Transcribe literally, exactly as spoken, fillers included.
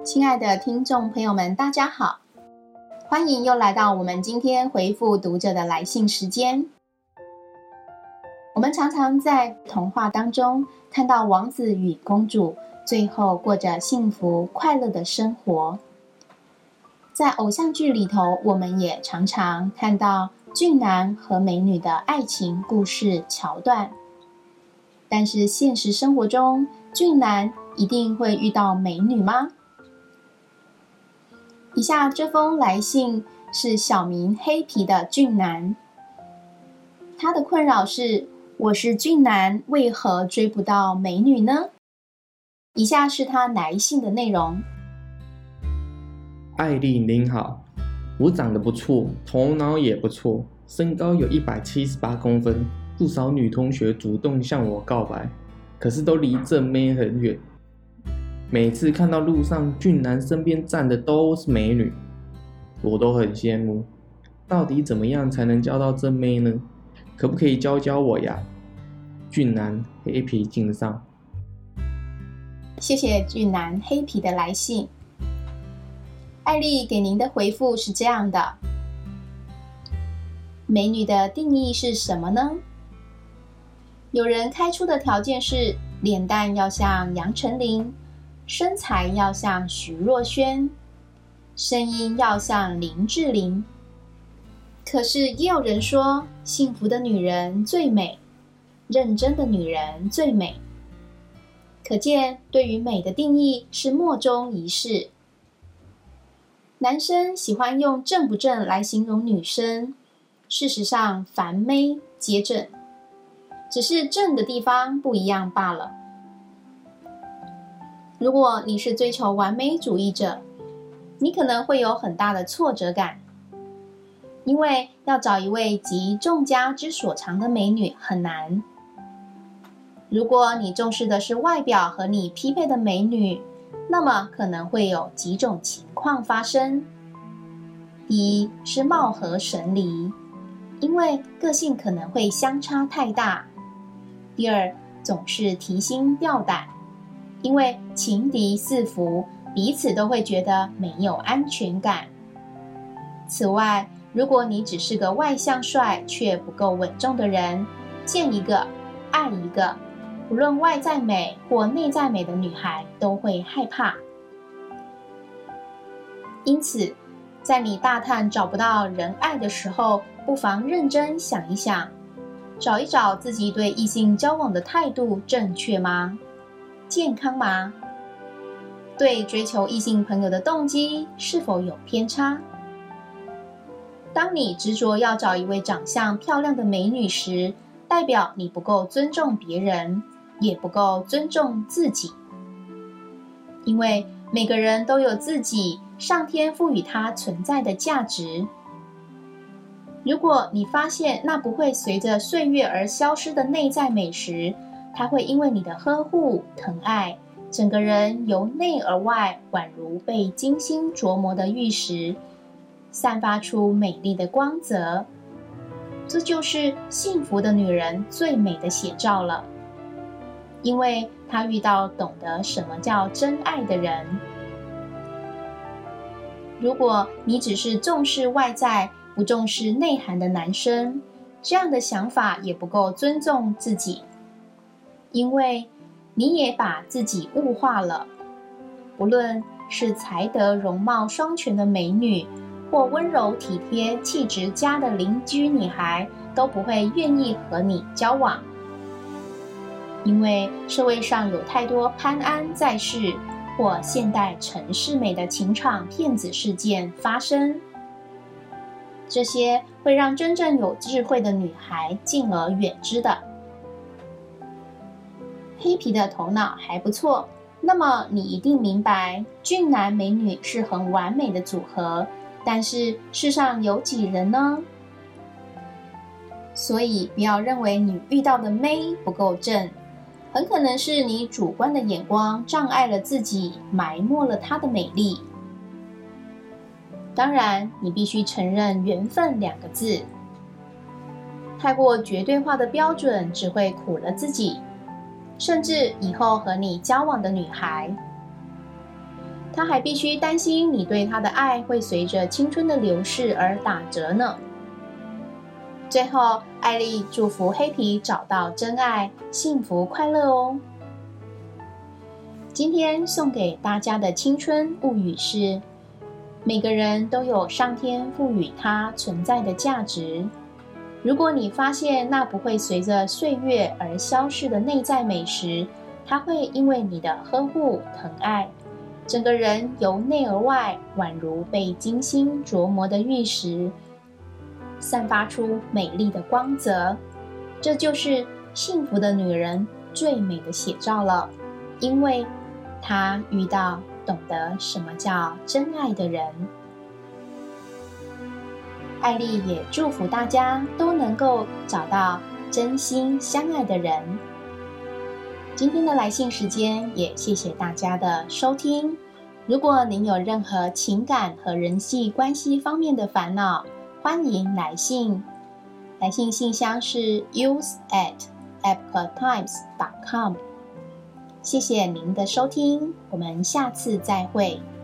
亲爱的听众朋友们，大家好，欢迎又来到我们今天回复读者的来信时间。我们常常在童话当中看到王子与公主最后过着幸福快乐的生活，在偶像剧里头，我们也常常看到俊男和美女的爱情故事桥段。但是现实生活中，俊男一定会遇到美女吗？以下这封来信是小名黑皮的俊男，他的困扰是：我是俊男，为何追不到美女呢？以下是他来信的内容。 艾丽您好，我长得不错，头脑也不错，身高有一百七十八公分，不少女同学主动向我告白，可是都离正妹很远。每次看到路上俊男身边站的都是美女，我都很羡慕。到底怎么样才能交到正妹呢？可不可以教教我呀？俊男黑皮敬上。 谢谢俊男黑皮的来信。艾丽给您的回复是这样的：美女的定义是什么呢？有人开出的条件是脸蛋要像杨丞琳，身材要像徐若瑄，声音要像林志玲。可是也有人说，幸福的女人最美，认真的女人最美。可见对于美的定义是莫衷一是。男生喜欢用正不正来形容女生，事实上凡美皆正，只是正的地方不一样罢了。如果你是追求完美主义者，你可能会有很大的挫折感，因为要找一位集众家之所长的美女很难。如果你重视的是外表和你匹配的美女，那么可能会有几种情况发生。第一是貌合神离，因为个性可能会相差太大。第二，总是提心吊胆，因为情敌四伏，彼此都会觉得没有安全感。此外，如果你只是个外向帅却不够稳重的人，见一个爱一个，无论外在美或内在美的女孩都会害怕。因此，在你大叹找不到人爱的时候，不妨认真想一想，找一找自己对异性交往的态度正确吗？健康吗？对追求异性朋友的动机是否有偏差？当你执着要找一位长相漂亮的美女时，代表你不够尊重别人，也不够尊重自己。因为每个人都有自己上天赋予他存在的价值。如果你发现那不会随着岁月而消失的内在美时，它会因为你的呵护、疼爱，整个人由内而外宛如被精心琢磨的玉石，散发出美丽的光泽。这就是幸福的女人最美的写照了，因为她遇到懂得什么叫真爱的人。如果你只是重视外在，不重视内涵的男生，这样的想法也不够尊重自己，因为你也把自己物化了。不论是才德容貌双全的美女，或温柔体贴气质佳的邻居女孩，都不会愿意和你交往。因为社会上有太多潘安在世或现代陈世美的情场骗子事件发生，这些会让真正有智慧的女孩敬而远之的。黑皮的头脑还不错，那么你一定明白，俊男美女是很完美的组合，但是世上有几人呢？所以不要认为你遇到的妹不够正，很可能是你主观的眼光障碍了自己，埋没了她的美丽。当然，你必须承认缘分两个字。太过绝对化的标准只会苦了自己，甚至以后和你交往的女孩。 他还必须担心你对他的爱会随着青春的流逝而打折呢。最后，艾莉祝福黑皮找到真爱，幸福快乐哦。今天送给大家的青春物语是：每个人都有上天赋予他存在的价值。如果你发现那不会随着岁月而消逝的内在美时，它会因为你的呵护疼爱，整个人由内而外宛如被精心琢磨的玉石，散发出美丽的光泽。这就是幸福的女人最美的写照了，因为她遇到懂得什么叫真爱的人。艾莉也祝福大家都能够找到真心相爱的人。今天的来信时间，也谢谢大家的收听。如果您有任何情感和人际关系方面的烦恼，欢迎来信。来信信箱是 youth at epoch times dot com。谢谢您的收听，我们下次再会。